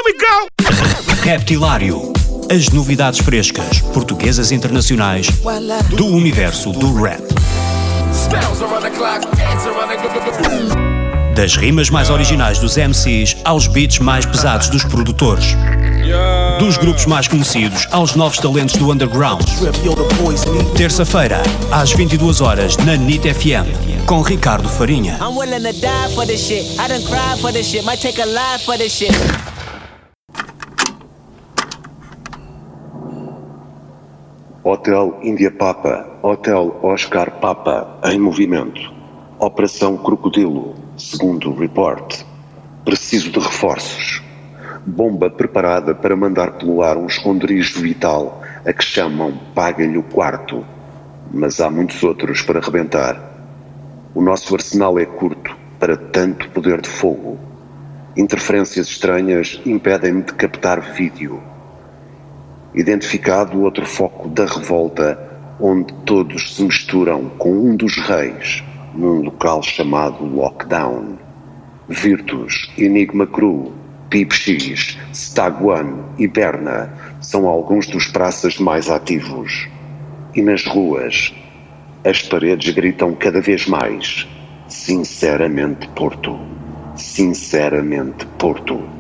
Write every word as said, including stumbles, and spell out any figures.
we go! Reptilário. As novidades frescas, portuguesas e internacionais, do universo do rap. Das rimas mais originais dos M Cs aos beats mais pesados dos produtores. Dos grupos mais conhecidos aos novos talentos do underground. Terça-feira, às vinte e duas horas, na N I T F M, com Ricardo Farinha. Hotel Índia Papa, Hotel Oscar Papa, em movimento. Operação Crocodilo, segundo report. Preciso de reforços. Bomba preparada para mandar pelo ar um esconderijo vital a que chamam Paga-lhe o Quarto. Mas há muitos outros para rebentar. O nosso arsenal é curto para tanto poder de fogo. Interferências estranhas impedem-me de captar vídeo. Identificado outro foco da revolta, onde todos se misturam com um dos reis, num local chamado Lockdown. Virtus, Enigma Crew, Pip X, Stag One e Berna são alguns dos praças mais ativos. E nas ruas, as paredes gritam cada vez mais: Sinceramente Porto, Sinceramente Porto.